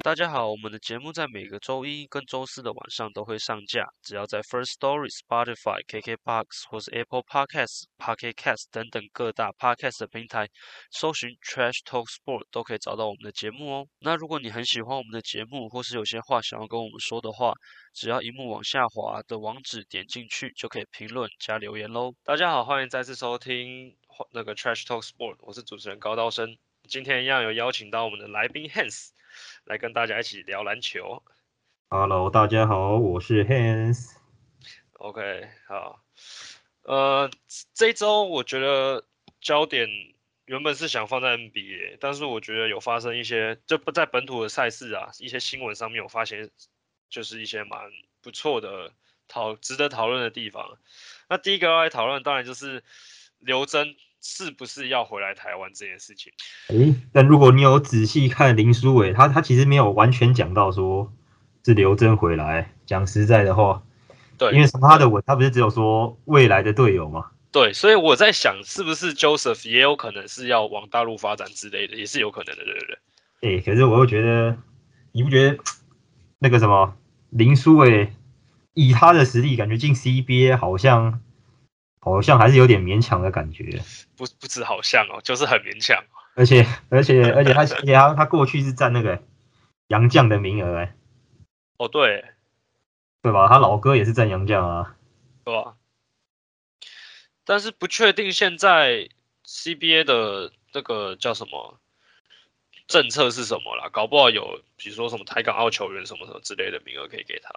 大家好，我们的节目在每个周一跟周四的晚上都会上架，只要在 First Story、Spotify、KKBox 或是 Apple Podcasts、Pocket Cast 等等各大 Podcast 的平台搜寻 Trash Talk Sport 都可以找到我们的节目哦。那如果你很喜欢我们的节目，或是有些话想要跟我们说的话，只要一幕往下滑的网址点进去，就可以评论加留言喽。大家好，欢迎再次收听那个 Trash Talk Sport， 我是主持人高道生。今天一样有邀请到我们的来宾 Hans 来跟大家一起聊篮球。 Hello，大家好，我是 Hans。 OK， 好，这一周我觉得焦点原本是想放在 NBA， 但是我觉得有发生一些，就不在本土的赛事啊，一些新闻上面有发现，就是一些蛮不错的值得讨论的地方。那第一个要来讨论，当然就是刘铮是不是要回来台湾这件事情。 但如果你有仔细看林书伟，他其实没有完全讲到说是刘铮回来。讲实在的话， 对， 因为从他的文，他不是只有说未来的队友吗？ 对，所以我在想，是不是 Joseph 也有可能是要往大陆发展之类的，也是有可能的，对不对？ 可是我又觉得，你不觉得那个什么林书伟以他的实力，感觉进 CBA 好像还是有点勉强的感觉。 不止好像哦，就是很勉强。 而且他过去是占那个洋将的名额哦，对吧？他老哥也是占洋将啊。 对吧？但是不确定现在 CBA 的那个叫什么政策是什么啦，搞不好有比如说什么台港澳球员什么什么之类的名额可以给他。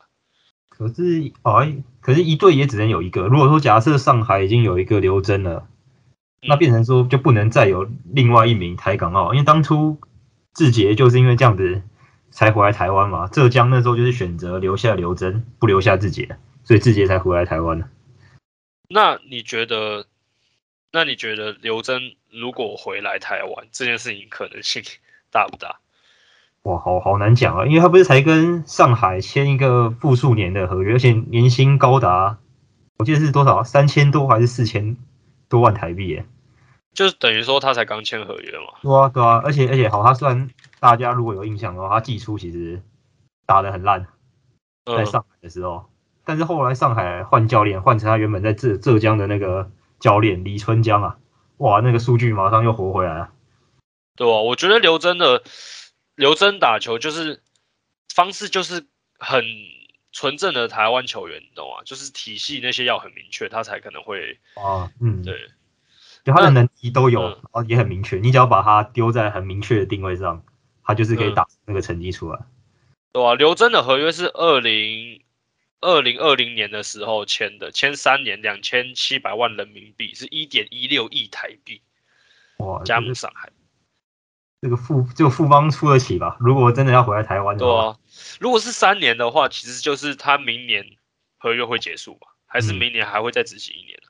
可是一队也只能有一个。如果说假设上海已经有一个刘铮了，那变成说就不能再有另外一名台港澳，因为当初志杰就是因为这样子才回来台湾嘛。浙江那时候就是选择留下刘铮，不留下志杰，所以志杰才回来台湾的。 那你觉得刘铮如果回来台湾这件事情可能性大不大？ 哇，好难讲啊，因为他不是才跟上海签一个复数年的合约，而且年薪高达，我记得是多少，3000多还是4000多万台币耶？ 就是等于说他才刚签合约嘛。 对啊，而且好，他虽然大家如果有印象的话，他季初其实打得很烂，在上海的时候，但是后来上海换教练，换成他原本在浙江的那个教练李春江啊，哇，那个数据马上又活回来了。 对啊，我觉得刘铮打球就是方式就是很纯正的台湾球员，你懂吗？就是体系那些要很明确，他才可能会对， 就他的能力都有，然后也很明确，你只要把他丢在很明确的定位上，他就是可以打那个成绩出来。 对啊，刘铮的合约是2020年的时候签的，签3年2700万人民币，是1.16亿台币， 哇， 加盟上海。 这个富邦出得起吧？如果真的要回来台湾的话， 对啊，如果是3年的话，其实就是他明年合约会结束吧？还是明年还会再执行1年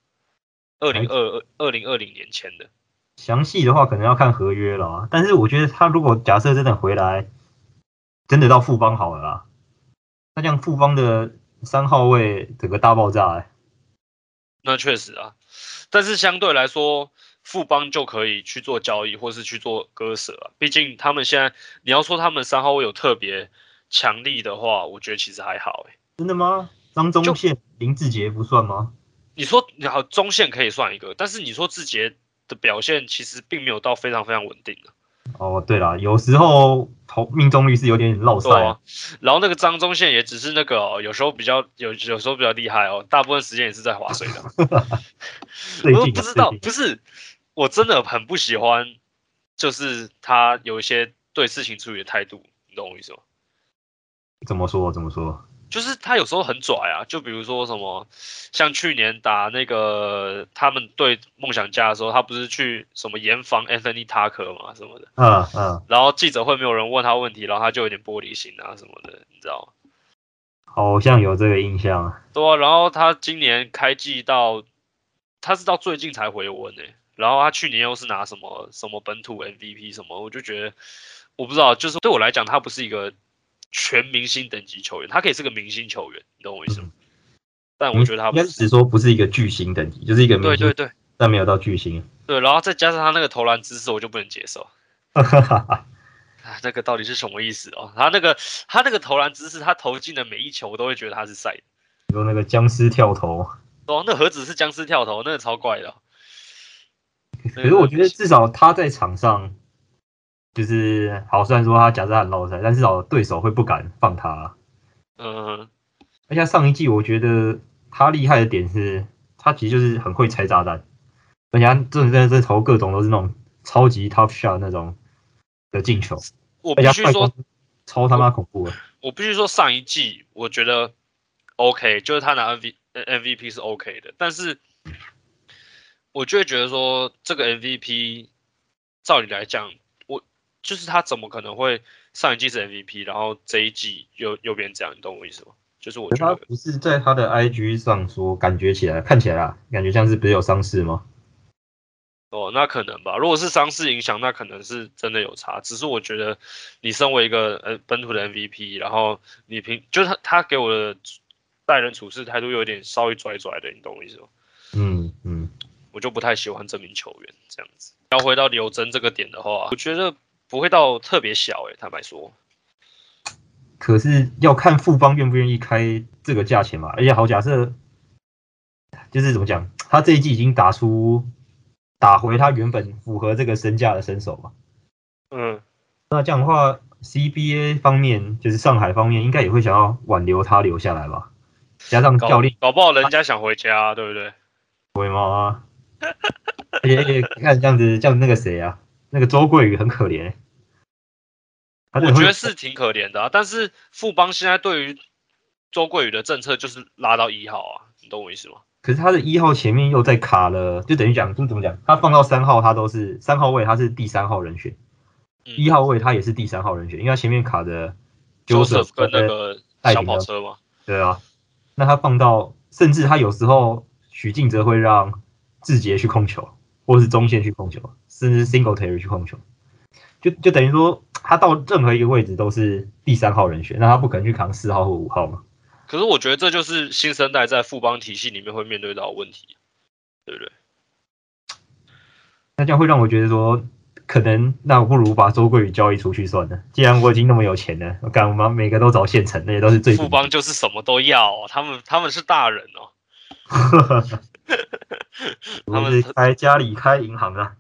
？2020年签的。 详细的话可能要看合约了，但是我觉得他如果假设真的回来，真的到富邦好了啦，那这样富邦的3号位整个大爆炸那确实啊，但是相对来说，富邦就可以去做交易，或是去做割舍啊。毕竟他们现在，你要说他们3号位有特别强力的话，我觉得其实还好真的吗？张宗宪、林志杰不算吗？ 你说你好，中线可以算一个，但是你说志杰的表现其实并没有到非常非常稳定的。 哦，对啦，有时候命中率是有点落赛啊。然后那个张宗宪也只是那个、有时候比较厉害哦，大部分时间也是在划水的。我不知道，不是，我真的很不喜欢，就是他有一些对事情处理的态度，你懂我意思吗？ 怎么说？ 就是他有时候很拽啊，就比如说什么，像去年打那个他们对梦想家的时候，他不是去什么严防 Anthony Tucker 嘛什么的，然后记者会没有人问他问题，然后他就有点玻璃心啊什么的，你知道吗？ 好像有这个印象。 对啊，然后他今年开季他是到最近才回温然后他去年又是拿什么本土 MVP 什么，我就觉得我不知道，就是对我来讲，他不是一个全明星等级球员，他可以是个明星球员，你懂我意思吗？但我觉得他应该是说不是一个巨星等级，就是一个明星， 对， 但没有到巨星。 对，然后再加上他那个投篮姿势，我就不能接受。 那个到底是什么意思哦？他那个投篮姿势，他投进的每一球，我都会觉得他是赛的。 你说那个僵尸跳投， 哦，那何止是僵尸跳投，那个超怪的哦。 可是我觉得至少他在场上就是好，虽然说他假设他很落赛，但至少对手会不敢放他。而且上一季我觉得他厉害的点是，他其实就是很会拆炸弹，而且他真的投各种都是那种超级 tough shot 那种的进球。 我必须说， 超他妈恐怖的。 我必须说，上一季我觉得 OK，就是他拿 MVP 是 OK 的，但是我就会觉得说，这个 MVP 照理来讲，就是他怎么可能会上一季是 MVP，然后这一季又变这样？你懂我意思吗？就是我觉得他不是在他的 IG 上说，看起来啊，感觉像是不是有伤势吗？ 哦，那可能吧。如果是伤势影响，那可能是真的有差。只是我觉得，你身为一个本土的 MVP，然后你就是他给我的待人处事态度有点稍微拽拽的，你懂我意思吗？我就不太喜欢这名球员这样子。要回到刘真这个点的话，我觉得不会到特别小坦白说。 可是要看富邦愿不愿意开这个价钱嘛。而且好，假设就是怎么讲，他这一季已经打回他原本符合这个身价的身手嘛。那这样的话 ，CBA 方面就是上海方面应该也会想要挽留他留下来吧。加上教练搞不好人家想回家，对不对？ 会吗？而且看这样子，那个谁啊，那个周桂宇很可怜。 我觉得是挺可怜的但是富邦现在对于周桂宇的政策就是拉到1号啊，你懂我意思吗？ 可是他的1号前面又在卡了，就等于讲，就怎么讲，他放到3号，他都是3号位，他是第3号人选，1号位他也是第3号人选，因为他前面卡的 Joseph 跟那个小跑车嘛。 对啊，那他放到，甚至他有时候许晋哲会让志杰去控球，或是中线去控球，甚至 Singletary 去控球。就等于说，他到任何一个位置都是第3号人选，那他不可能去扛4号或5号嘛。 可是我觉得这就是新生代在富邦体系里面会面对到的问题，对不对？ 那这样会让我觉得说，可能那我不如把周桂宇交易出去算了。既然我已经那么有钱了，我们每个都找现成，那些都是最富邦就是什么都要他们是大人哦。 他们是家里开银行的。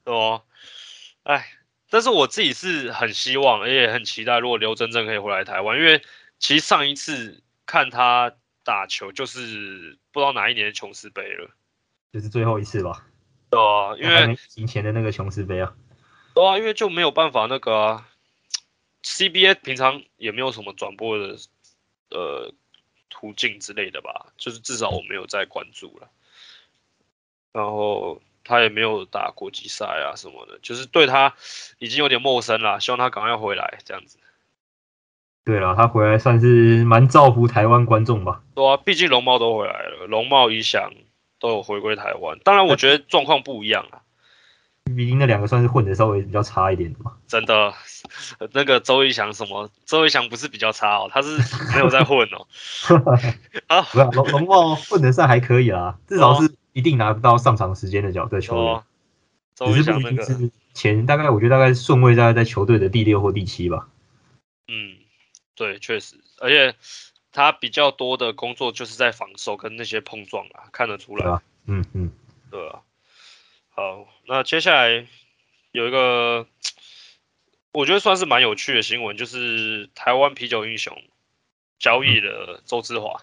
但是我自己是很希望，也很期待，如果刘真正可以回来台湾，因为其实上一次看他打球就是不知道哪一年的琼斯杯了， 就是最后一次吧。 对啊，因为以前的那个琼斯杯啊。 对啊，因为就没有办法那个CBA 平常也没有什么转播的途径之类的吧，就是至少我没有在关注了，然后他也没有打国际赛啊什么的，就是对他已经有点陌生了，希望他赶快回来这样子。 对了，他回来算是蛮造福台湾观众吧。 对啊，毕竟龙猫都回来了，龙猫、一翔都有回归台湾。当然，我觉得状况不一样啊。 毕竟那2个算是混的稍微比较差一点的嘛。 真的，那个周一翔周一翔不是比较差他是没有在混啊，龙猫混得算还可以啦，至少是一定拿不到上场时间的球员。 周一翔那个大概我觉得大概顺位大概在球队的第6或第7吧。 对，确实，而且他比较多的工作就是在防守跟那些碰撞啊，看得出来。对啊。好，那接下来有一个我觉得算是蛮有趣的新闻，就是台湾啤酒英雄交易了周之华。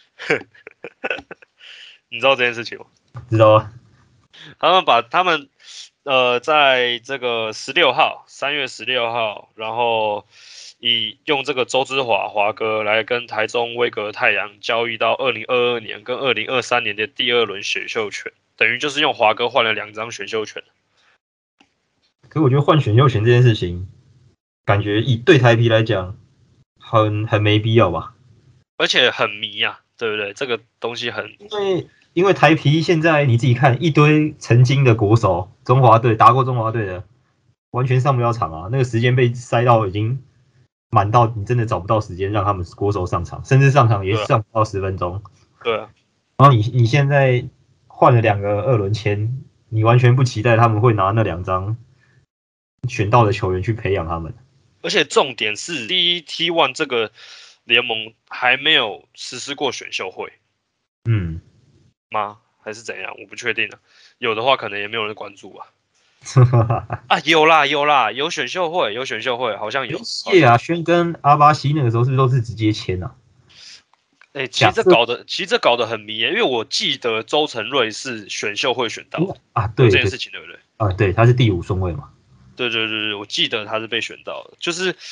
你知道这件事情吗？ 知道啊。 他们在这个3月16号，然后用这个周之华哥来跟台中威格太阳交易到2022年跟2023年的第2轮选秀权，等于就是用华哥换了2张选秀权。 可我觉得换选秀权这件事情，感觉对台啤来讲很没必要吧， 而且很迷啊，对不对？这个东西很因为台啤现在你自己看一堆曾经的国手，中华队打过中华队的，完全上不了场啊，那个时间被塞到已经满到你真的找不到时间让他们国手上场，甚至上场也上不到10分钟。 对啊。 然后你现在换了2个2轮签，你完全不期待他们会拿那2张选到的球员去培养他们。 而且重点是，第一 T1 这个联盟还没有实施过选秀会，吗？还是怎样？我不确定了。有的话，可能也没有人关注吧。啊，有啦，有选秀会，好像有。 谢亚轩跟阿巴西那个时候是不是都是直接签啊？ 其实这搞得很迷耶，因为我记得周成瑞是选秀会选到的啊，对这件事情，对不对？ 啊，对，他是第5顺位嘛。 对，我记得他是被选到的，就是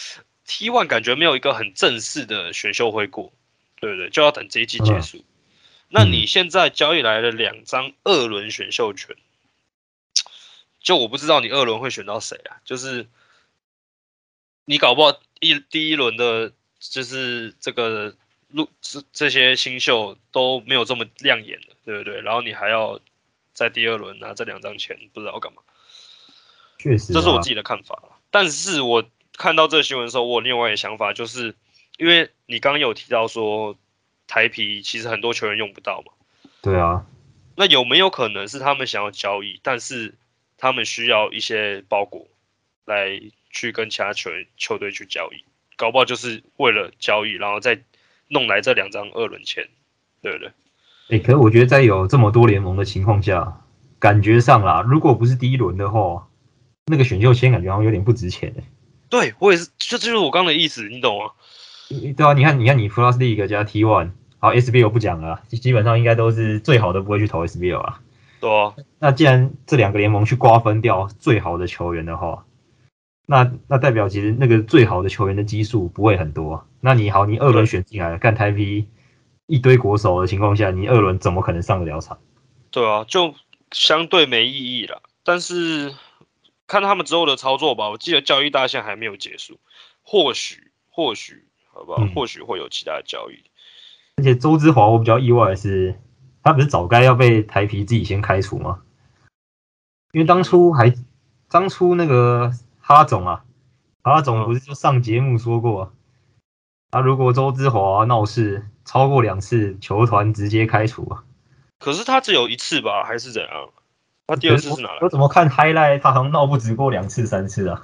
T1 感觉没有一个很正式的选秀会过，对不对？就要等这一季结束。那你现在交易来了2张2轮选秀权，就我不知道你2轮会选到谁啊？就是你搞不好第一轮的，就是这些新秀都没有这么亮眼的，对不对？然后你还要在第2轮拿这2张钱，不知道要干嘛。 确实， 这是我自己的看法。但是我看到这个新闻的时候，我有另外一个想法，就是因为你刚刚有提到说台啤其实很多球员用不到嘛。 对啊。 那有没有可能是他们想要交易，但是他们需要一些包裹来去跟其他球队去交易？搞不好就是为了交易，然后再弄来这2张2轮签，对不对？ 可是我觉得在有这么多联盟的情况下，感觉上啦，如果不是第1轮的话，那个选秀签感觉好像有点不值钱。 对，我也是，这就是我刚刚的意思，你懂吗？ 对啊，你看你 Plus League 加 T1， 好 SBL 不讲了，基本上应该都是最好的不会去投 SBL 啊。 对啊。 那既然这2个联盟去瓜分掉最好的球员的话，那代表其实那个最好的球员的基数不会很多。那你2轮选进来了，干台啤一堆国手的情况下，你2轮怎么可能上得了场？ 对啊，就相对没意义了。但是看他们之后的操作吧。我记得交易大限还没有结束，或许好不好？或许会有其他的交易。 而且周之华我比较意外的是，他不是早该要被台啤自己先开除吗？因为当初那个哈总不是就上节目说过，如果周之华闹事超过2次，球团直接开除啊。 可是他只有1次吧，还是怎样？他第2次是哪来的？ 我怎么看 highlight 他好像闹不止过2次3次啊。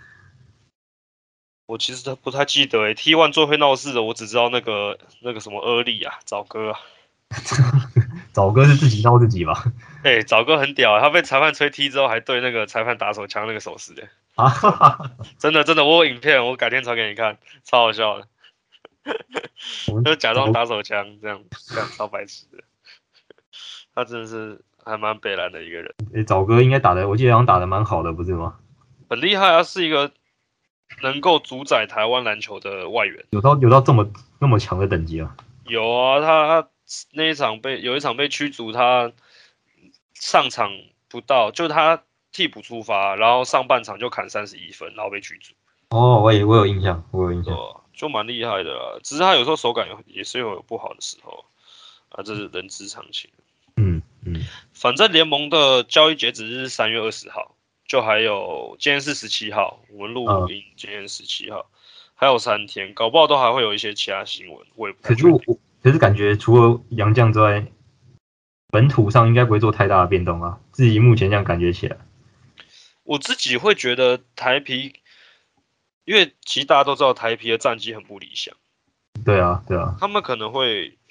我其实不太记得T1 最会闹事的，我只知道那个什么阿力啊，早哥啊。 早哥是自己闹自己吧？ 早哥很屌，他被裁判吹踢之后，还对那个裁判打手枪那个手势真的，我有影片，我改天传给你看，超好笑的。就假装打手枪这样，超白痴的。他真的是还蛮北蓝的一个人。 早哥应该我记得好像打得蛮好的，不是吗？ 很厉害啊，是一个能够主宰台湾篮球的外援。 有到那么强的等级啊？ 有啊，他那有一场被驱逐，他上场不到，就他替补出发，然后上半场就砍31分，然后被驱逐。 我有印象， 就蛮厉害的啦。只是他有时候手感也是有不好的时候啊，这是人之常情。反正联盟的交易截止日是3月20号，就还有今天是17号，我们录音今天17号，还有3天，搞不好都还会有一些其他新闻，我也不太确定。 可是感觉除了洋将之外，本土上应该不会做太大的变动啊。自己目前这样感觉起来， 我自己会觉得台啤，因为其实大家都知道台啤的战绩很不理想。 对啊， 他们可能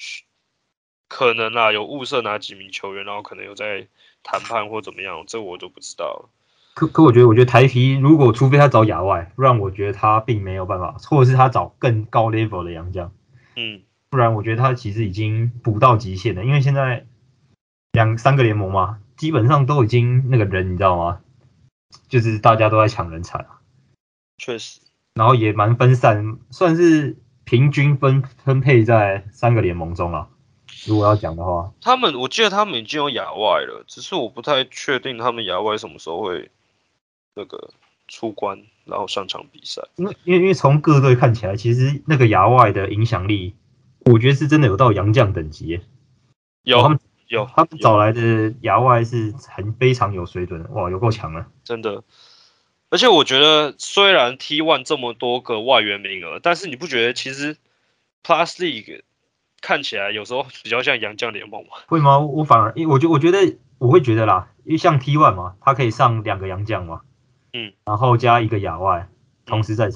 有物色哪几名球员，然后可能有在谈判或怎么样，这我就不知道了。 可我觉得台啤除非他找亚外，不然我觉得他并没有办法，或者是他找更高 level 的洋将，不然我觉得他其实已经补到极限了。因为现在3个联盟嘛，基本上都已经那个人，你知道吗？就是大家都在抢人才啊。 确实， 然后也蛮分散，算是平均分配在3个联盟中啊。如果要讲的话， 我记得他们已经有亚外了，只是我不太确定他们亚外什么时候会那个出关，然后上场比赛。 因为从各队看起来，其实那个亚外的影响力，我觉得是真的有到洋将等级。他们找来的亚外是非常有水准的，哇，有够强啊！ 真的。而且我觉得，虽然 T1 这么多个外援名额，但是你不觉得其实 Plus League 看起来有时候比较像洋将联盟吗？ 会吗？我反而，我觉得我会觉得啦，因为像 T1 嘛，他可以上2个洋将嘛，然后加1个亚外，同时在场。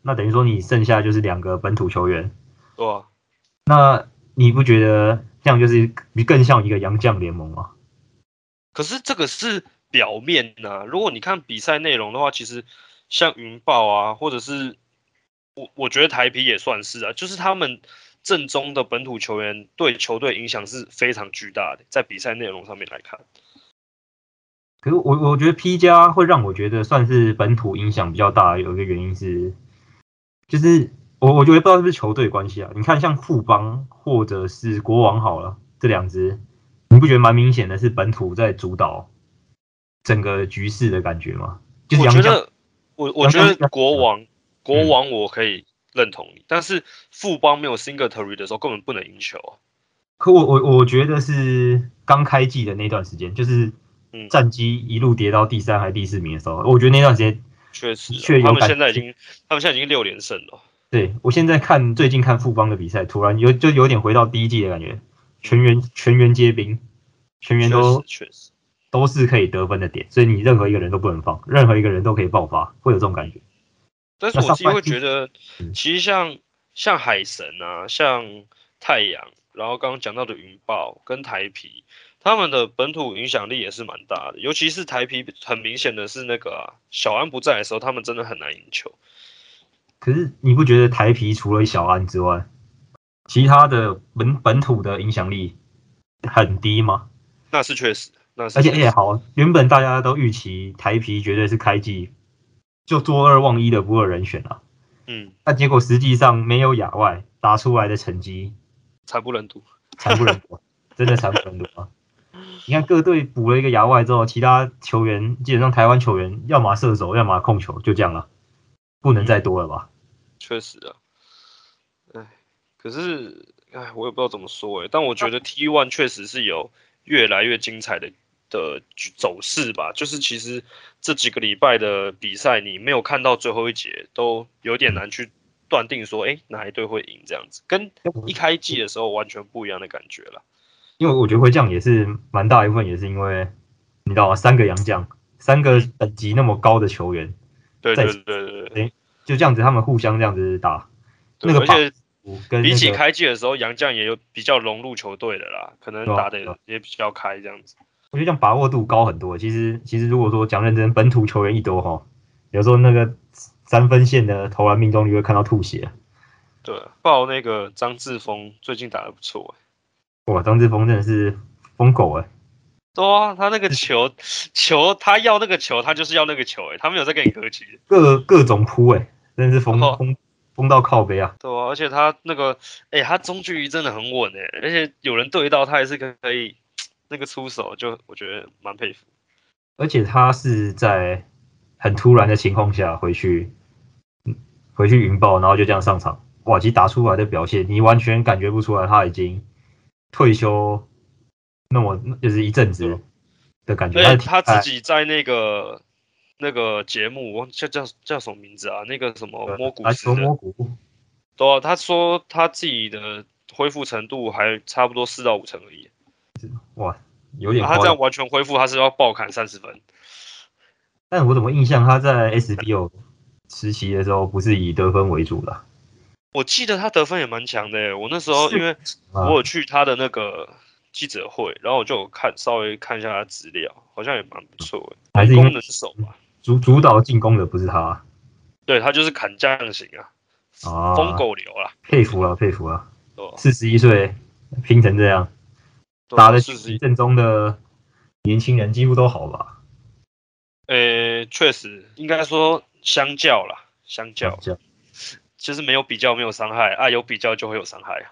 那等于说你剩下就是2个本土球员， 对啊。 那你不觉得这样就是更像一个洋将联盟吗？ 可是这个是表面呐、如果你看比赛内容的话，其实像云豹啊，或者是我觉得台啤也算是啊，就是他们正宗的本土球员对球队影响是非常巨大的，在比赛内容上面来看。 可是我觉得 P 加会让我觉得算是本土影响比较大，有一个原因是，就是我觉得不知道是不是球队关系啊？你看像富邦或者是国王好了，这2支，你不觉得蛮明显的是本土在主导整个局势的感觉吗？就是洋将， 我觉得我洋将觉得国王我可以认同你，但是富邦没有 Singletary 的时候根本不能赢球啊。 可我觉得是刚开季的那段时间，就是嗯， 战绩一路跌到第3还第4名的时候，我觉得那段时间的确实啊， 确有感觉。 他们现在已经6连胜了。 对，我现在最近看富邦的比赛，突然有点回到第一季的感觉， 嗯， 全员皆兵，全员确实。 都是可以得分的点，所以你任何一个人都不能放，任何一个人都可以爆发，会有这种感嗯。 觉。那但是我自己上半季， 会觉得， 嗯， 其实像海神啊，像太阳，然后刚刚讲到的云豹跟台啤，他们的本土影响力也是蛮大的。尤其是台啤，很明显的是那个小安不在的时候，他们真的很难赢球。 可是你不觉得台皮除了小安之外，其他的本土的影响力很低吗？ 那是确实，那是而且确实。 好，原本大家都预期台皮绝对是开季就坐2望1的不二人选啊， 嗯， 但结果实际上没有亚外打出来的成绩惨不忍睹。 惨不忍睹，真的惨不忍睹啊！你看各队补了一个亚外之后，其他球员基本上台湾球员要么射手，要么控球，就这样了，不能再嗯， 多了吧？ 确实啊。哎，可是我也不知道怎么说但我觉得 T1 确实是有越来越精彩的走势吧。就是其实这几个礼拜的比赛，你没有看到最后一节，都有点嗯， 难去断定说，哪一队会赢这样子，跟一开季的时候完全不一样的感觉了。 因为我觉得会这样也是蛮大一部分，也是因为你知道吗？3个洋将，3个嗯， 等级那么高的球员在一起， 对对对对对就这样子，他们互相这样子打，那对， 个把而且握跟比起那个开季的时候，杨将也有比较融入球队的啦，可能对吧？ 打的也比较开这样子。 我觉得这样把握度高很多。其实如果说讲认真，本土球员一多哈，有时候那个3分线的投篮命中率会看到吐血。 对，报那个张志峰最近打得不错。 哇，张志峰真的是疯狗哎， 对啊，他那个球，他要那个球，他就是要那个球，他没有在跟你客气的。 各种扑哎，真的是然后， 疯到靠背啊！ 对啊，而且他那个，他中距离真的很稳而且有人对到他也是可以那个出手，就我觉得蛮佩服。 而且他是在很突然的情况下回去云豹，然后就这样上场。哇，其实打出来的表现，你完全感觉不出来他已经退休那么就是一阵对吧？ 子的感觉。他而且的体态， 他自己在那个节目，我叫什么名字啊？那个什么摸骨篮球师的， 模糊， 对啊，他说他自己的恢复程度还差不多4到5成而已。 哇，有点他夸张。 这样完全恢复，他是要爆砍30分。 但我怎么印象他在 SBO 时期的时候不是以得分为主的？ 我记得他得分也蛮强的我那时候因是为我啊， 有去他的那个记者会，然后我就有稍微看一下他资料，好像也蛮不错还是因为能攻能守吧。 主导进攻的不是他对，他就是砍将型啊，疯啊？ 狗流啦， 佩服了，佩服了。 对吧？ 41岁拼成这样， 对啊， 打的是是， 正宗的年轻人几乎都好吧？ 确实应该说相较啦，相啊， 较这样。 就是没有比较没有伤害有比较就会有伤害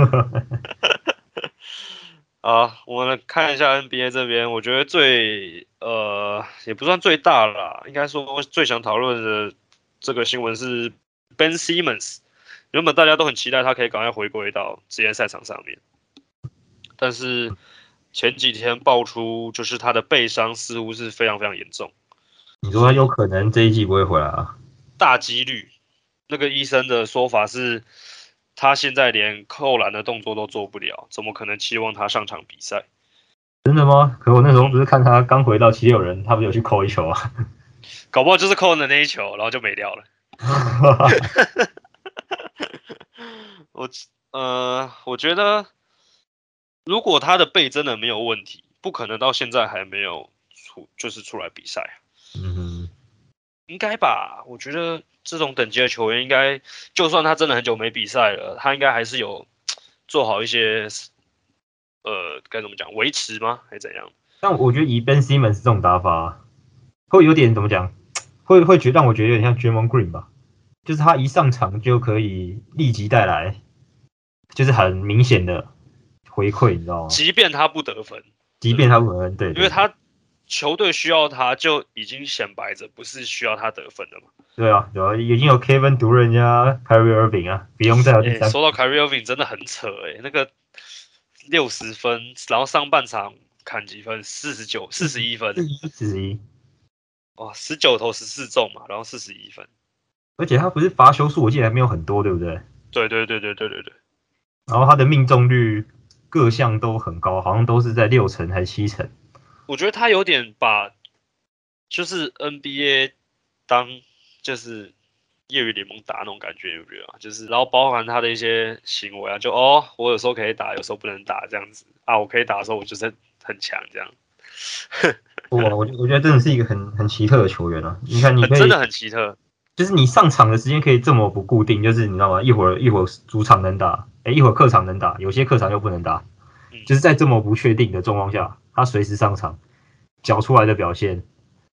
我们来看一下 NBA 这边，我觉得也不算最大啦，应该说最想讨论的这个新闻是 Ben Simmons。原本大家都很期待他可以赶快回归到职业赛场上面，但是前几天爆出就是他的背伤似乎是非常非常严重， 你说他有就是可能这一季不会回来啊？ 大几率。那个医生的说法是，他现在连扣篮的动作都做不了，怎么可能期望他上场比赛？ 真的吗？可我那时候不是看他刚回到76人，他不是有去扣一球啊？ 搞不好就是扣了那一球，然后就没掉了。 我觉得如果他的背真的没有问题，不可能到现在还没有出来比赛。 嗯， 应该吧？我觉得这种等级的球员，应该就算他真的很久没比赛了，他应该还是有做好一些该怎么讲，维持吗？还是怎样？ 但我觉得以 Ben Simmons 这种打法，会有点怎么讲，会让我觉得有点像 Draymond Green 吧，就是他一上场就可以立即带来，就是很明显的回馈，你知道吗？ 即便他不得分， 即便他不能，对， 因为他球队需要他，就已经显摆着不是需要他得分的嘛。 对啊，已经有 Kevin Durant 呀、Kyrie Irving 啊，不用再有第三。 说到 Kyrie Irving 真的很扯那个60分，然后上半场砍几分？41分 41， 哇，19投14中嘛，然后41分。 而且他不是罚球数，我记得还没有很多，对不对？ 对。 然后他的命中率各项都很高，好像都是在6成还7成。 我觉得他有点把就是 NBA 当就是业余联盟打那种感觉，有没有啊？就是然后包含他的一些行为啊，就我有时候可以打，有时候不能打这样子啊。我可以打的时候，我就是很强这样。 我觉得真的是一个很奇特的球员啊！你看，你可以真的很奇特， 就是你上场的时间可以这么不固定，就是你知道吗？一会儿主场能打，一会儿客场能打，有些客场又不能打，就是在这么不确定的状况下，他随时上场，缴出来的表现，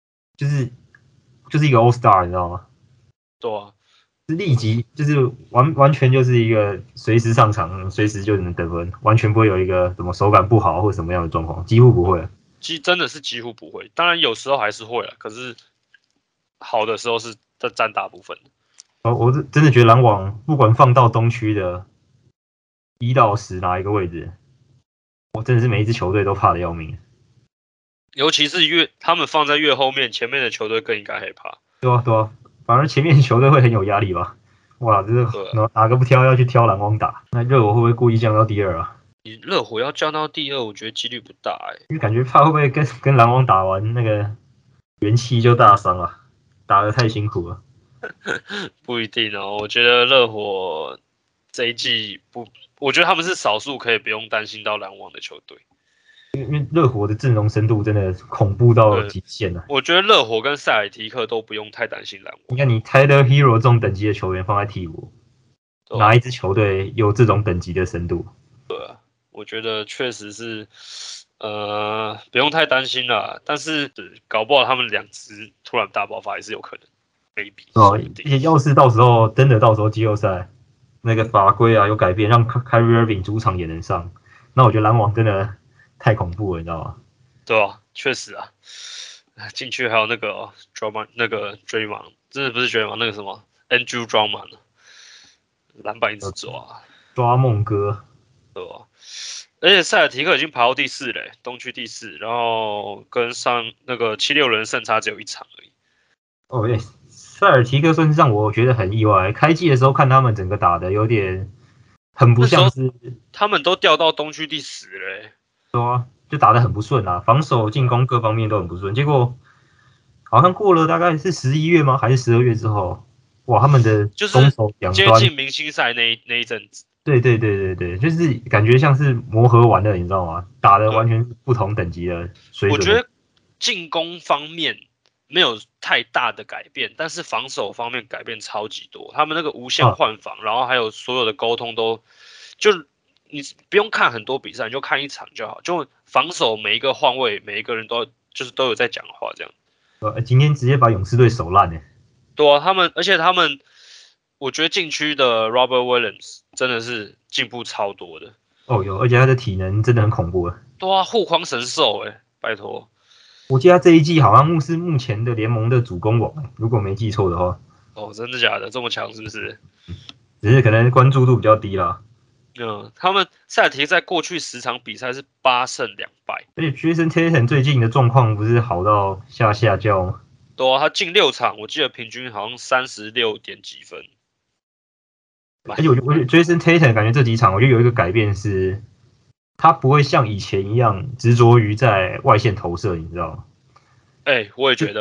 就是一个 All Star，你知道吗？ 对啊， 是立即就是完全就是一个随时上场，随时就能得分，完全不会有一个什么手感不好或什么样的状况，几乎不会。 真的是几乎不会，当然有时候还是会了，可是好的时候是占大部分的。 我真的觉得篮网不管放到东区的1到10哪一个位置，我真的是每一支球队都怕的要命。 尤其是他们放在越后面，前面的球队更应该害怕。 对啊，反而前面球队会很有压力吧？哇，这是哪个不挑要去挑篮网打？那热火会不会故意降到第2啊？ 你热火要降到第2，我觉得几率不大因为感觉怕会不会跟篮网打完那个元气就大伤了，打得太辛苦了。 不一定哦，我觉得热火这一季我觉得他们是少数可以不用担心到篮网的球队。 因为热火的阵容深度真的恐怖到极限了。 我觉得热火跟塞尔提克都不用太担心篮网。 你看，你 Tyler Hero 这种等级的球员放在替补，哪一支球队有这种等级的深度？ 对啊，我觉得确实是，不用太担心了。但是搞不好他们2支突然大爆发也是有可能，maybe。 而且要是到时候真的季后赛那个法规啊有改变，让 Kyrie Irving 主场也能上，那我觉得篮网真的太恐怖了，你知道吗？ 对啊，确实啊，进去还有那个 Drummond 那个 Draymond， 真的不是 Draymond 那个什么 Andrew Drummond， 篮板一直抓梦哥， 对吧？而且塞尔提克已经排到第4嘞，东区第4，然后跟上那个76人胜差只有1场而已。 对，塞尔提克算是让我觉得很意外。开季的时候看他们整个打的有点很不像是， 他们都掉到东区第10嘞。 对啊，就打得很不顺啊，防守、进攻各方面都很不顺。结果好像过了大概是11月吗？还是12月之后，哇，他们的攻守两端接近明星赛那一阵子。 对，就是感觉像是磨合完了，你知道吗？打的完全不同等级的水准。 我觉得进攻方面没有太大的改变，但是防守方面改变超级多。他们那个无限换防，然后还有所有的沟通都，就你不用看很多比赛，你就看一场就好。就防守每一个换位，每一个人都有在讲话这样。 今天直接把勇士队手烂对啊，而且他们，我觉得禁区的 Robert Williams 真的是进步超多的。 有，而且他的体能真的很恐怖对啊，护框神兽拜托。 我记得他这一季好像是目前的联盟的主攻王如果没记错的话。 真的假的？这么强是不是？ 只是可能关注度比较低啦。 他们塞尔提在过去10场比赛是8胜2败， 而且 Jason Tatum 最近的状况不是好到下降吗？ 对啊，他进6场，我记得平均好像36点几分。 而且我觉得 Jason Tatum 感觉这几场，我觉得有一个改变是，他不会像以前一样执着于在外线投射，你知道吗？ 我也觉得。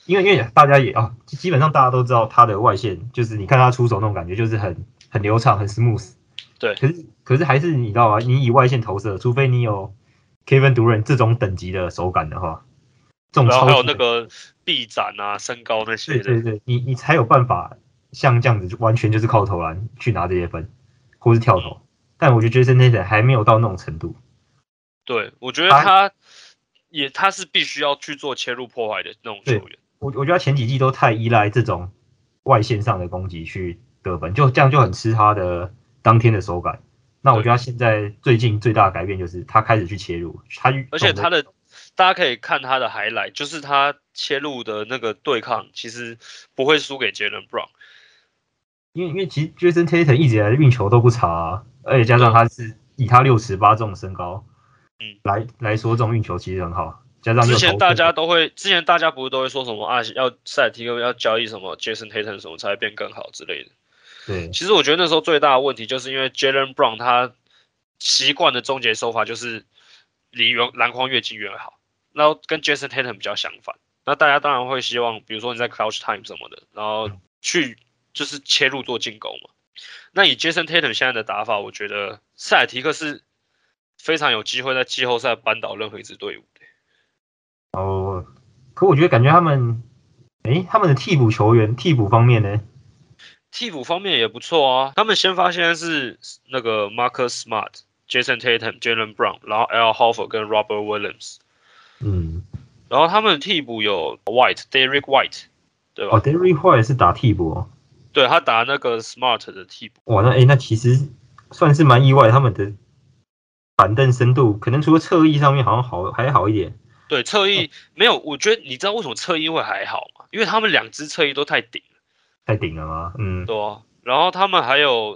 因为大家也基本上大家都知道他的外线，就是你看他出手那种感觉，就是很流畅，很 smooth。 对， 可是还是你知道吗？你以外线投射，除非你有 Kevin Durant 这种等级的手感的话，这种然后还超级的， 有那个臂展啊、身高那些的。 对对对，你才有办法像这样子，完全就是靠投篮去拿这些分，或是跳嗯， 投。但我觉得 Jason Tatum 还没有到那种程度。 对，我觉得他他是必须要去做切入破坏的那种对球员。 我觉得他前几季都太依赖这种外线上的攻击去得分，就这样就很吃他的当天的手感。那我觉对， 得他现在最近最大的改变就是他开始去切入，他懂得， 而且大家可以看他的highlight，就是他切入的那个对抗，其实不会输给杰伦布朗。 因为其实 Jason Tatum 一直以来的运球都不差啊，而且加对啊， 上他是以他6'8"这种身高嗯。 来说，这种运球其实很好，加上又投射， 之前大家不是都会说什么啊，要塞尔提克要交易什么 Jason Tatum 什么才会变更好之类的。 对其实我觉得那时候最大的问题就是因为 Jalen Brown 他习惯的终结手法就是离篮筐越近越好，然后跟 Jason Tatum 比较相反。那大家当然会希望，比如说你在 Crouch Time 什么的，然后去就是切入做进攻嘛。那以 Jason Tatum 现在的打法，我觉得塞尔提克是非常有机会在季后赛扳倒任何一支队伍的。 哦，可我觉得感觉他们的替补方面呢， 替补方面也不错啊，他们先发现在是那个 Marcus Smart、Jason Tatum、Jalen Brown，然后 Al Horford 跟 Robert Williams， 嗯， 然后他们的替补有 Derek White，对哦吧？ ，Derrick White 是打替补哦， 对他打那个 Smart 的替补， 哇，那其实算是蛮意外，他们的板凳深度可能除了侧翼上面好像还好一点， 对侧翼没有，我觉得你知道为什么侧翼会还好吗？因为他们两支侧翼都太顶了， 太顶了吗？嗯， 对啊，然后他们还有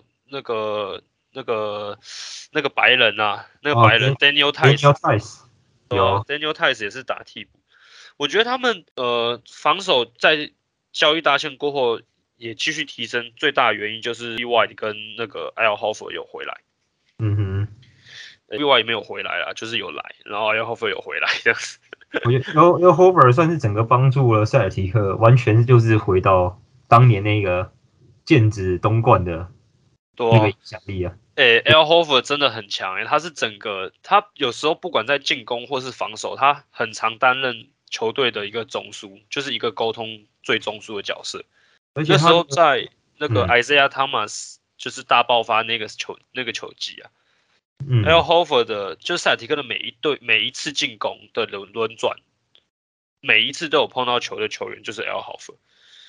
那个白人啊，那个哦白人 Daniel ，Daniel Tice， Tice 对啊有， ，Daniel Tice 也是打替补。我觉得他们防守在交易大限过后也继续提升，最大的原因就是 BY 跟那个 Al Horford 有回来嗯哼。 ，BY 也没有回来啦，就是有来，然后 Al Horford 有回来这样子。 我觉得 Hover 算是整个帮助了塞尔提克，完全就是回到当年那个剑指东冠的对啊， 那个影响力啊。 Al Horford 真的很强他是他有时候不管在进攻或是防守，他很常担任球队的一个中枢，就是一个沟通最中枢的角色。那时而且他的候在那个嗯 Isaiah Thomas 就是大爆发那个球季啊。Al 嗯， Horford 的，就是塞尔提克的每一次进攻的轮转，每一次都有碰到球的球员就是 Al Horford，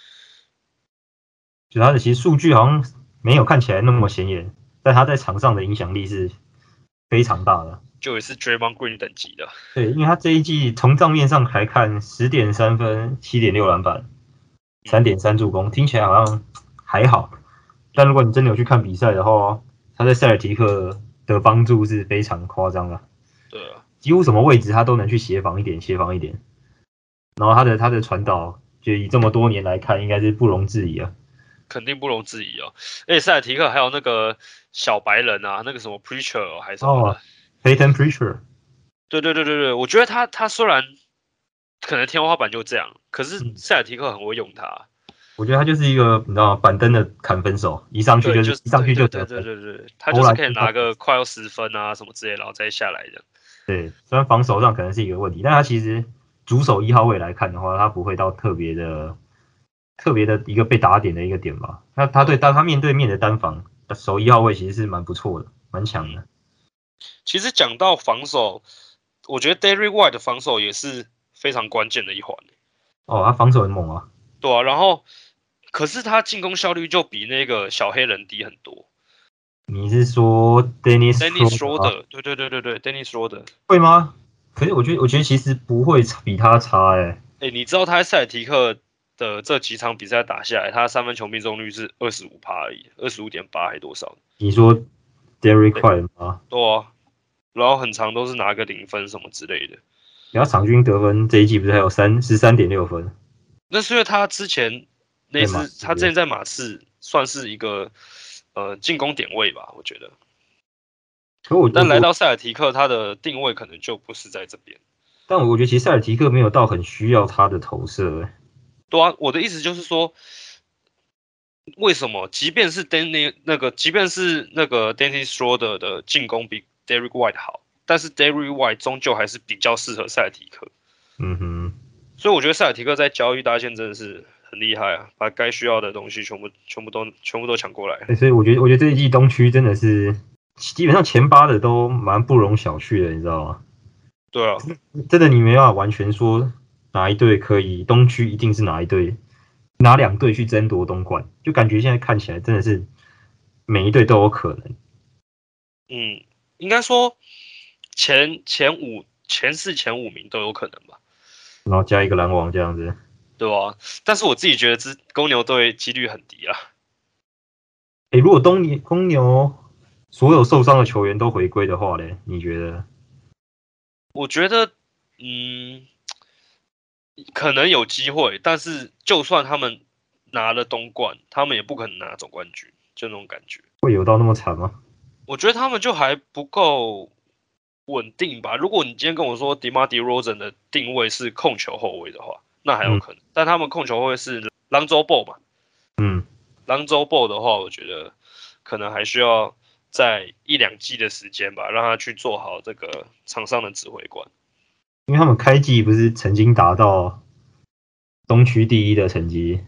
就他的其实数据好像没有看起来那么显眼，但他在场上的影响力是非常大的。 就也是 Draymond Green 等级的。 对，因为他这一季从账面上来看，10.3分、7.6篮板、 嗯 3.3助攻，听起来好像还好。但嗯， 如果你真的有去看比赛的话，他在塞尔提克的帮助是非常夸张的， 对啊， 几乎什么位置他都能去协防一点，协防一点。然后他的传导，就以这么多年来看，应该是不容置疑啊。 肯定不容置疑哦。而且塞尔提克还有那个小白人啊，那个什么 Preacher 还是什么哦的。 ，Payton Pritchard， 对对对对对，我觉得他虽然可能天花板就这样，可是嗯， 塞尔提克很会用他。 我觉得他就是一个你知道吗板凳的砍分手， 对， 一上去就对对对得分， 对对对，他就投是可以篮就算拿个快要10分啊什么之类，然后再下来的。 对，虽然防守上可能是一个问题，但他其实主守1号位来看的话，他不会到特别的一个被打点的一个点吧。他面对面的单防守1号位其实是蛮不错的，蛮强嗯， 的。 其实讲到防守，我觉得 Derrick White 的防守也是非常关键的一环。 哦，他防守很猛啊。 对啊，然后可是他进攻效率就比那个小黑人低很多。 你是说 Dennis Dennis Schroeder 吗？ Schroeder，对对对对对，Dennis Schroeder。 会吗？可是我觉得其实不会比他差哎，你知道他在塞尔提克的这几场比赛打下来，他三分球命中率是25%而已，25.8还多少？ 你说 Derrick 对， White 吗？ 对啊，然后很长都是拿个0分什么之类的。 然后场均得分这一季不是还有13.6分， 那是因为他之前那在马次，他之刺。 前在马刺算是一个进攻点位吧，我觉得。但来到塞尔提克，他的定位可能就不是在这边。 但我觉得其实塞尔提克没有到很需要他的投射， 对啊，我的意思就是说，为什么即便是 Dennis Schroeder 的进攻比 Derrick White 好，但是 Derrick White 终究还是比较适合塞尔提克。 嗯哼， 所以我觉得塞尔提克在交易大线真的是很厉害啊，把该需要的东西全部都抢过来。 所以我觉得这一季东区真的是基本上前8的都蛮不容小觑的，你知道吗？ 对啊， 真的你没办法完全说哪一队可以，东区一定是哪一队，哪2队去争夺东冠，就感觉现在看起来真的是每一队都有可能。 嗯，应该说前4、前5名都有可能吧， 然后加一个篮网这样子。 对吧？但是我自己觉得公牛队几率很低啊。 如果公牛所有受伤的球员都回归的话嘞，你觉得？ 我觉得，可能有机会，但是就算他们拿了东冠，他们也不可能拿总冠军，就那种感觉。 会有到那么惨吗？ 我觉得他们就还不够稳定吧。如果你今天跟我说 DeMar DeRozan 的定位是控球后卫的话，那还有可能。但他们控球后卫是朗佐 ball 嘛？ 嗯， 朗佐 ball 的话，我觉得可能还需要在1、2季的时间吧，让他去做好这个场上的指挥官。 因为他们开季不是曾经达到东区第1的成绩，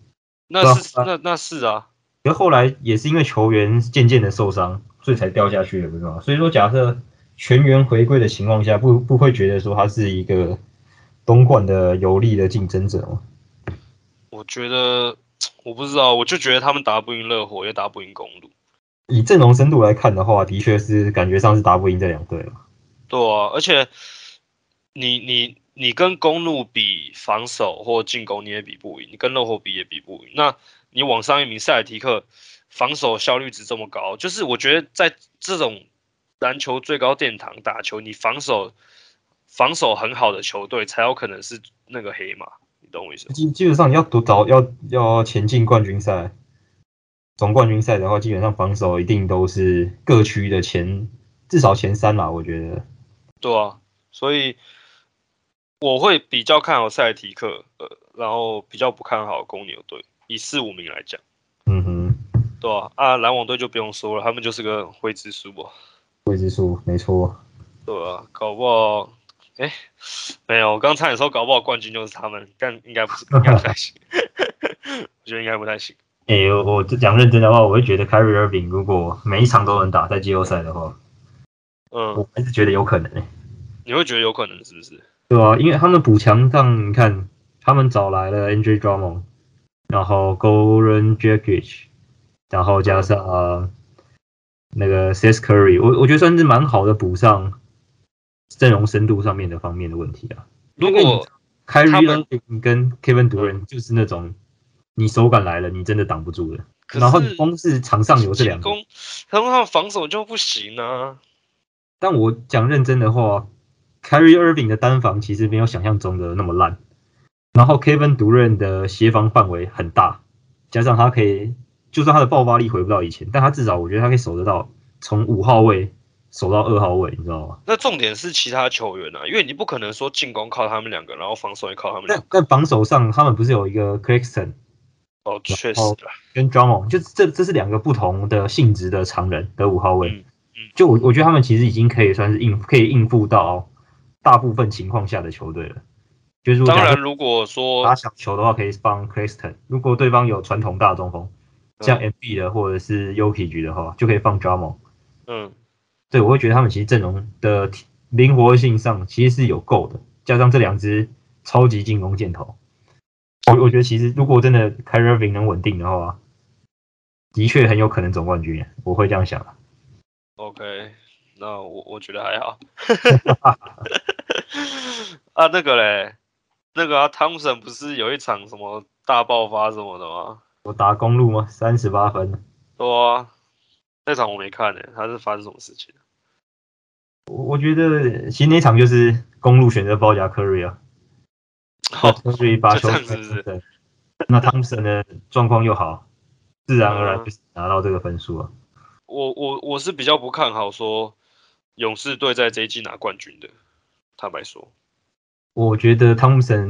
那是啊， 可后来也是因为球员渐渐的受伤，所以才掉下去的，不是吗？所以说，假设全员回归的情况下，不会觉得说他是一个东冠的有力的竞争者吗？ 我觉得我不知道，我就觉得他们打不赢热火，也打不赢公路。 以阵容深度来看的话，的确是感觉上是打不赢这2队了。 对啊，而且你跟公路比防守或进攻你也比不赢，你跟热火比也比不赢。那你往上一名塞尔提克防守效率值这么高，就是我觉得在这种篮球最高殿堂打球，你防守很好的球队才有可能是那个黑马，你懂我意思吗？ 基本上你要前进冠军赛、总冠军赛的话，基本上防守一定都是各区的至少前3啦，我觉得。 对啊，所以我会比较看好塞尔提克，然后比较不看好公牛队。以4、5名来讲， 嗯哼， 对啊，篮网队就不用说了，他们就是个未知数啊， 未知数没错。 对啊，搞不好，哎，没有，我刚才也说搞不好冠军就是他们，但应该不是，应该不太行，我觉得应该不太行。 我讲认真的话，我会觉得 Kyrie Irving 如果每一场都能打在季后赛的话，我还是觉得有可能你会觉得有可能是不是？ 对啊，因为他们补强上，你看他们找来了 Andre Drummond，然后 Goran Dragic，然后加上那个 Seth Curry，我觉得算是蛮好的补上阵容深度上面的方面的问题啊。 如果他 Kyrie 们， Irving 跟 Kevin Durant 就是那种你手感来了，你真的挡不住的。然后你可是光是场上有这2个， 进攻，他们防守就不行啊。 但我讲认真的话，Kyrie Irving 的单防其实没有想象中的那么烂。然后 Kevin Durant 的协防范围很大，加上他可以，就算他的爆发力回不到以前，但他至少我觉得他可以守得到，从5号位守到2号位，你知道吗？ 那重点是其他球员啊，因为你不可能说进攻靠他们2个，然后防守也靠他们2个。 但防守上，他们不是有一个 Claxton， 哦， 然确实后啦。 跟 Drummond，就这是2个不同的性质的常人的5号位。 嗯嗯， 就我觉得他们其实已经可以算是可以应付到大部分情况下的球队了。就是如果假设当然，如果说打小球的话，可以放 Claxton。如果对方有传统大中锋，像 MB 的或者是 Yoki 的话，就可以放 Drummond。对，我会觉得他们其实阵容的灵活性上其实是有够的，加上这2支超级进攻箭头，我觉得其实如果真的 Kyrie Irving 能稳定的话，的确很有可能总冠军，我会这样想。 OK，那我觉得还好。那个嘞，那个汤普森不是有一场什么大爆发什么的吗？ 我打公路吗？38分。 对啊，那场我没看诶，他是发生什么事情？ 我觉得其实那场就是公路选择包夹 Curry 啊，那 Curry 把就这球样是不是？ 对，那汤普森的状况又好，自然而然就是拿到这个分数了。 我是比较不看好说勇士队在这一季拿冠军的，坦白说。 我觉得汤普森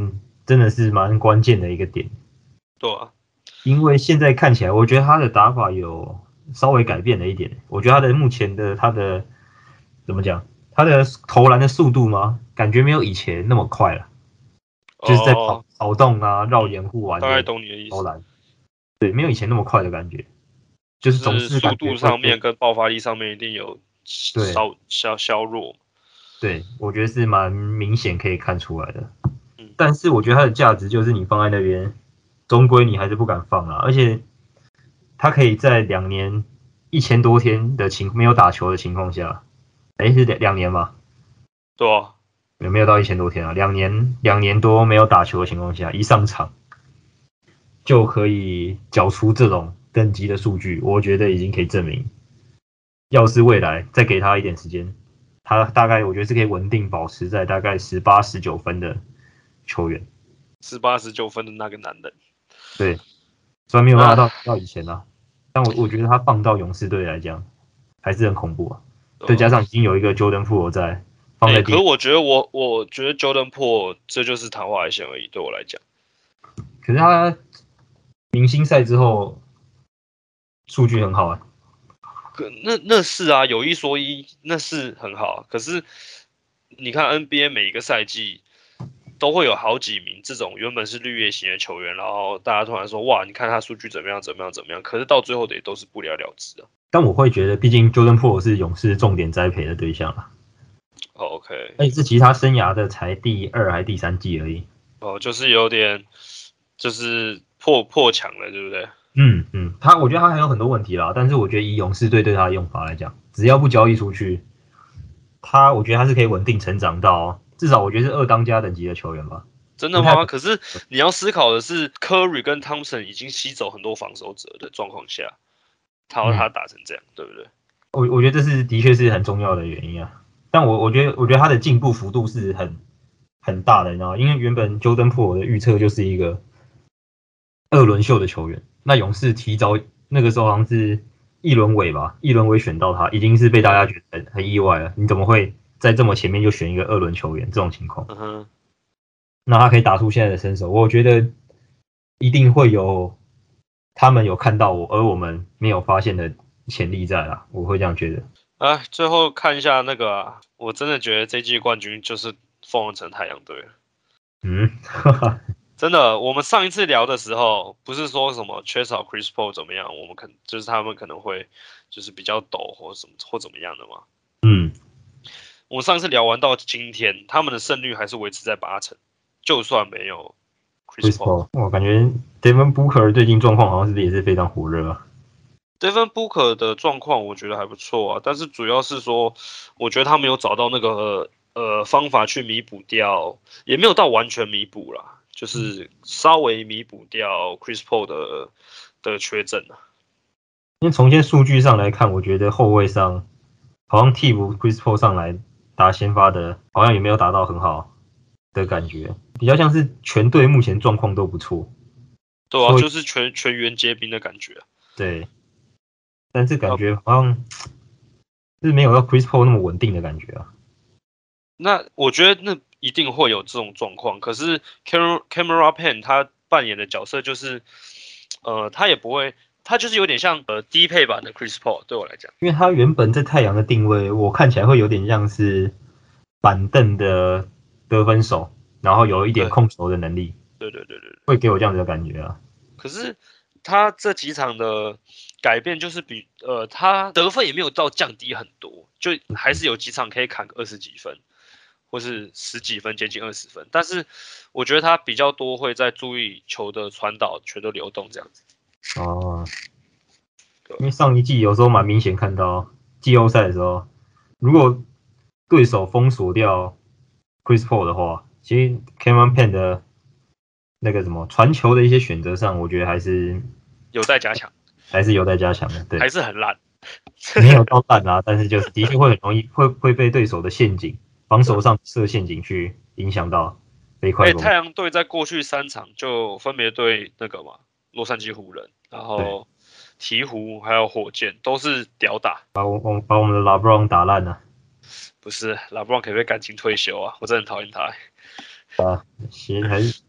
真的是蛮关键的一个点。 对啊， 因为现在看起来，我觉得他的打法有稍微改变了一点。我觉得他的目前的他的怎么讲，他的投篮的速度吗？感觉没有以前那么快了，就是在跑动啊、绕掩护完大概的懂你的意思， 投篮，对，没有以前那么快的感觉，就是总就是是感觉速度上面跟爆发力上面一定有对削弱。 对，我觉得是蛮明显可以看出来的。 嗯， 但是我觉得它的价值就是你放在那边，终归你还是不敢放啊。而且他可以在2年1000多天的没有打球的情况下，是两年吧？ 对啊， 有没有到1000多天啊？两年多没有打球的情况下，一上场就可以缴出这种等级的数据，我觉得已经可以证明，要是未来再给他一点时间，他大概我觉得是可以稳定保持在大概18、19分的球员。 18、19分的那个男人。 对，虽然没有办法啊， 到以前啊，但我觉得他放到勇士队来讲还是很恐怖啊。再加对啊， 上已经有一个 Jordan p o o l 在放在第， 可是我觉得 Jordan Po 这就是昙花一现而已，对我来讲。 可是他明星赛之后数据很好啊。 那是啊，有一说一，那是很好。可是你看 NBA 每一个赛季都会有好几名这种原本是绿叶型的球员，然后大家突然说哇，你看他数据怎么样怎么样怎么样，可是到最后的也都是不了了之啊。 但我会觉得，毕竟 Jordan p o o l 是勇士重点栽培的对象啊， 哦 OK， 而且是其他生涯的才第2还第3季而已。 哦，就是有点就是破墙了，对不对？ 我觉得他还有很多问题啦，但是我觉得以勇士队对他的用法来讲，只要不交易出去，我觉得他是可以稳定成长到至少我觉得是2当家等级的球员吧。不太真的吗？可是你要思考的是，Curry 跟 Thompson 已经吸走很多防守者的状况下，他打成这样，对不对？ 我觉得这的确是很重要的原因啊。但我觉得他的进步幅度是很大的，你知道吗？因为原本 Jordan p o o l 的预测就是一个2轮秀的球员，那勇士提早那个时候好像是1轮尾吧，1轮尾选到他，已经是被大家觉得很意外了。你怎么会在这么前面就选一个2轮球员这种情况？ 嗯哼， 那他可以打出现在的身手，我觉得一定会有他们有看到我，而我们没有发现的潜力在啦，我会这样觉得。 最后看一下那个啊，我真的觉得这季冠军就是凤凰城太阳队了。 哈哈， 真的，我们上一次聊的时候，不是说什么缺少 Chris Paul 怎么样，我们就是他们可能会就是比较抖或什么或怎么样的嘛。 嗯， 我们上次聊完到今天，他们的胜率还是维持在8成，就算没有 Chris Chris Paul。 Paul，我感觉 Devin Booker 最近状况好像是不是也是非常火热啊？ Devin Booker 的状况我觉得还不错啊，但是主要是说，我觉得他没有找到那个方法去弥补掉，也没有到完全弥补啦，就是稍微弥补掉 Chris Paul 的缺阵啊。 因为从现在数据上来看，我觉得后卫上好像替补 Chris Paul 上来打先发的，好像也没有打到很好的感觉，比较像是全队目前状况都不错， 对啊， 所以就是全员皆兵的感觉啊。 对，但是感啊觉好像是没有到 Chris Paul 那么稳定的感觉啊。 那我觉得那一定会有这种状况，可是 Camera Pen 他扮演的角色就是，他也不会，他就是有点像低配版的 Chris Paul，对我来讲。 因为他原本在太阳的定位，我看起来会有点像是板凳的得分手，然后有一点对控球的能力， 对对对对。 会给我这样子的感觉啊。 可是他这几场的改变就是他得分也没有到降低很多，就还是有几场可以砍个20几分，或是10几分，接近20分。但是我觉得他比较多会在注意球的传导、球的流动这样子。 哦，因为上一季有时候蛮明显看到季后赛的时候，如果对手封锁掉 Chris Paul 的话，其实 Cameron Payne 的那个什么传球的一些选择上，我觉得有待加强， 还是有待加强的。对， 还是很烂。 没有到烂啊，但是就是的确会很容易会被对手的陷阱、防守上设陷阱去影响到飞快攻。 太阳队在过去3场就分别对那个嘛，洛杉矶湖人，然对， 后鹈鹕还有火箭都是屌打。 把我们的 LeBron 打烂了不是，拉布朗可不可以赶紧退休啊？我真的很讨厌他。 啊，行，还是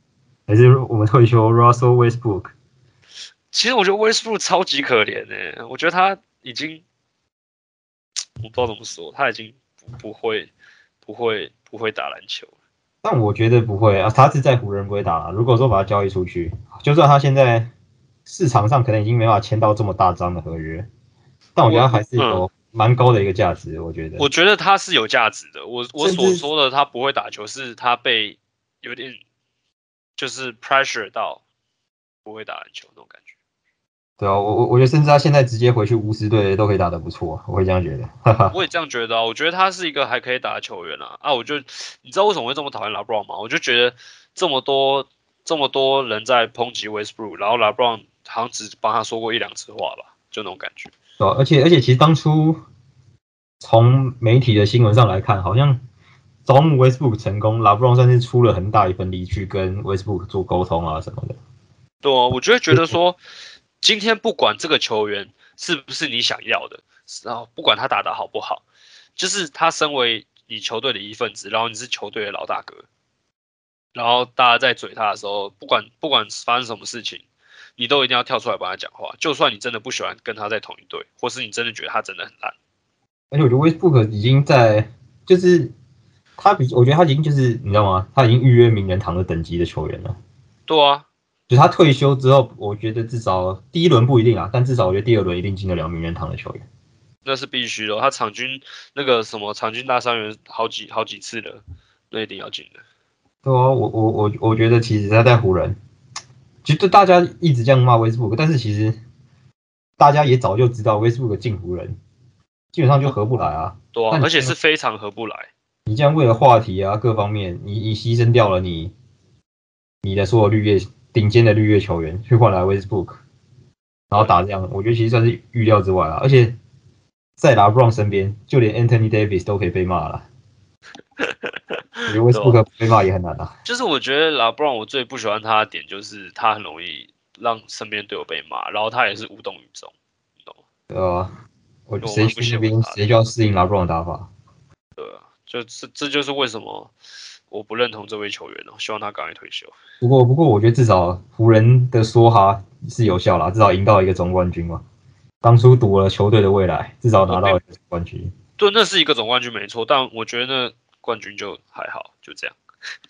还是我们退休 Russell Westbrook？ 其实我觉得 Westbrook 超级可怜我觉得他已经我不知道怎么说，他已经不会打篮球了。 但我觉得不会啊，他是在湖人不会打了。如果说把他交易出去，就算他现在市场上可能已经没办法签到这么大张的合约，但我觉得他还是有蛮高的一个价值。 我觉得他是有价值的。我甚至所说的他不会打球，是他被有点就是 pressure 到不会打篮球那种感觉。 对啊，我觉得甚至他现在直接回去巫师队都可以打得不错，我会这样觉得。哈哈， 我也这样觉得啊，我觉得他是一个还可以打的球员啊。你知道为什么会这么讨厌 LeBron 吗？我就觉得这么多人在抨击 Westbrook，然后 LeBron 好像只帮他说过一两次话吧，就那种感觉。 对啊，而且其实当初从媒体的新闻上来看，好像招募 Westbrook 成功，LeBron 算是出了很大一份力去跟 Westbrook 做沟通啊什么的。 对啊，我就会觉得说，今天不管这个球员是不是你想要的，然后不管他打得好不好，就是他身为你球队的一份子，然后你是球队的老大哥，然后大家在嘴他的时候，不管发生什么事情，你都一定要跳出来帮他讲话，就算你真的不喜欢跟他在同一队，或是你真的觉得他真的很烂。 而且我觉得 Westbrook 已经在，就是我觉得他已经就是你知道吗？他已经预约名人堂的等级的球员了。 对啊， 就他退休之后，我觉得至少第一轮不一定啊，但至少我觉得第二轮一定进得了名人堂的球员。 那是必须的。他场均那个什么场均大三元好几次的，那一定要进的。 对啊，我觉得其实他在湖人，其实大家一直这样骂 Westbrook，但是其实大家也早就知道 Westbrook 进湖人基本上就不合不来啊。 对啊，而且但是非常合不来。 你这样为了话题啊各方面，你牺牲掉了你的所有顶尖的绿叶球员，去换来 Westbrook，然后打这样，我觉得其实算是预料之外啊。而且在 LeBron 身边，就连 Anthony Davis 都可以被骂了，我觉得对吧？ Westbrook 被骂也很难啊。 就是我觉得拉布朗我最不喜欢他的点就是他很容易让身边队友被骂，然后他也是无动于衷，你懂吗？我谁蛮不喜去那边欢他的。 谁就要适应 LeBron 的打法。 这就是为什么我不认同这位球员哦，希望他赶快退休。 不过我觉得至少湖人的说哈是有效啦，至少赢到一个总冠军嘛。当初赌了球队的未来，至少我没拿到一个总冠军。 对，那是一个总冠军没错，但我觉得那冠军就还好，就这样。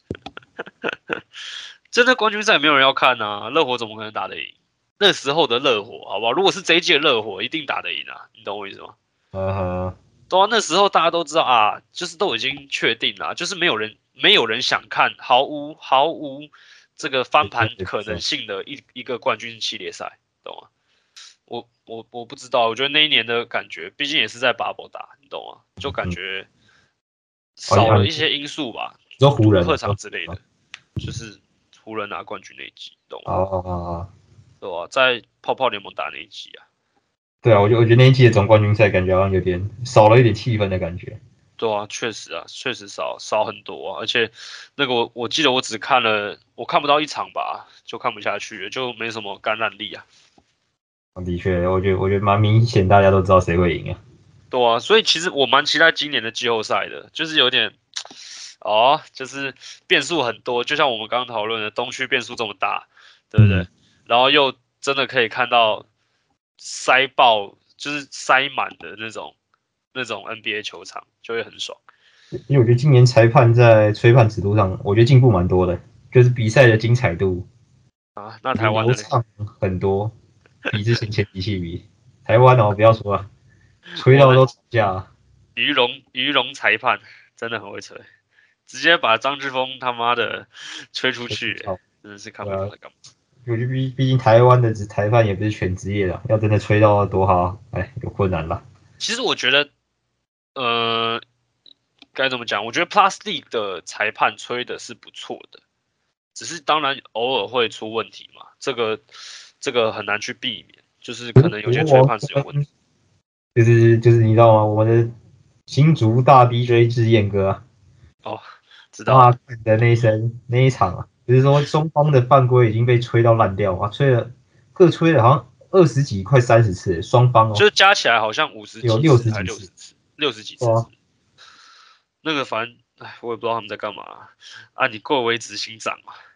真的冠军赛没有人要看啊，热火怎么可能打得赢？那时候的热火，好不好？如果是这一届热火，一定打得赢啊，你懂我意思吗？ 呃， 对啊，那时候大家都知道啊，就是都已经确定了，就是没有人想看，毫无这个翻盘可能性的一个冠军系列赛，懂吗？我不知道，我觉得那一年的感觉，毕竟也是在 bubble 打，你懂吗？就感觉少了一些因素吧， 说湖人啊， 主客场之类的，就是湖人拿冠军那一季，懂吗？ 哦， 对吧？在泡泡联盟打那一季啊。 对啊，我觉得那一季的总冠军赛感觉好像有点少了一点气氛的感觉。 对啊，确实啊，确实少很多啊，而且那个我记得我只看了，我看不到一场吧，就看不下去了，就没什么感染力啊。 的确，我觉得蛮明显，大家都知道谁会赢啊。 对啊，所以其实我蛮期待今年的季后赛的，就是有点就是变数很多，就像我们刚刚讨论的，东区变数这么大，对不对？然后又真的可以看到塞爆，就是塞满的那种 NBA 球场，就会很爽。 因为我觉得今年裁判在吹判尺度上，我觉得进步蛮多的，就是比赛的精彩度啊。那我觉得台湾的嘞？ 流畅很多，比之前几期比。台湾哦，不要说了，吹我们到都吵架。 鱼龙裁判真的很会吹，直接把张志峰他妈的吹出去，真的是看不懂在干嘛。 我觉得毕竟台湾的裁判也不是全职业的，要真的吹到多好，哎，有困难了。 其实我觉得，呃，该怎么讲？我觉得 Plus League 的裁判吹的是不错的，只是当然偶尔会出问题嘛，这个很难去避免，就是可能有些吹判是有问题。 就是你知道吗？我们的新竹大 DJ 志燕哥啊， 哦，知道哇， 啊， 看的那一场啊，就是说双方的犯规已经被吹到烂掉啊，各吹了好像20几快30次，双方哦就是加起来好像五十有几六十几次， 次还60次，60几次哇， 那个反正，哎，我也不知道他们在干嘛啊，你贵为执行长嘛。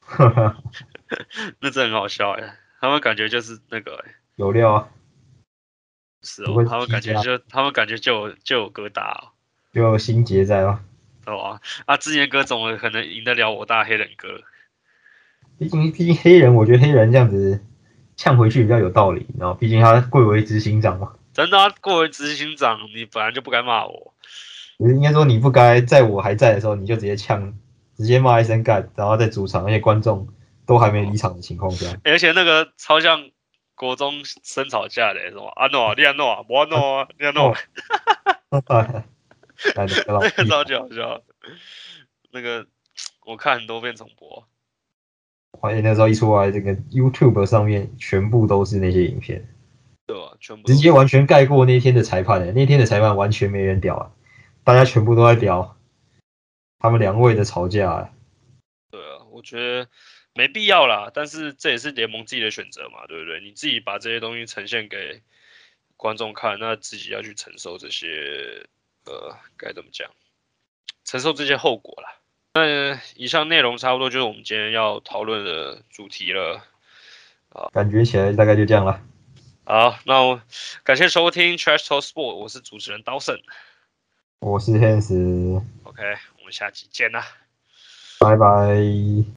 那真的很好笑哎，他们感觉就是那个哎， 有料啊， 是哦， 不会是踢家， 他们感觉就有疙瘩哦， 就有心结在哦。 对吧？啊，志贤哥怎么可能赢得了我大黑人哥？ 毕竟黑人，我觉得黑人这样子呛回去比较有道理，然后毕竟他贵为执行长嘛。 真的啊，作为执行长，你本来就不该骂我。 应该说你不该在我还在的时候你就直接呛，直接骂一声干，然后在主场那些观众都还没离场的情况下， 而且那个超像国中生吵架的，什么阿诺啊、利亚诺啊、摩诺啊、利亚诺， 哦，来的老屁孩， 那个超级好笑。那个我看很多遍重播， 而且那时候一出来，这个 YouTube 上面全部都是那些影片， 对吧？全部直都是。 接完全盖过那天的裁判的，那天的裁判完全没人屌啊，大家全部都在屌他们两位的吵架啊。 对啊，我觉得没必要啦，但是这也是联盟自己的选择嘛，对不对？你自己把这些东西呈现给观众看，那自己要去承受这些该怎么讲？承受这些后果啦。以上内容差不多就是我们今天要讨论的主题了。 感觉起来大概就这样了。 好，那我感谢收听 Trash Talk Sport，我是主持人刀圣。 我是 Hans， OK，我们下期见啦。 拜拜。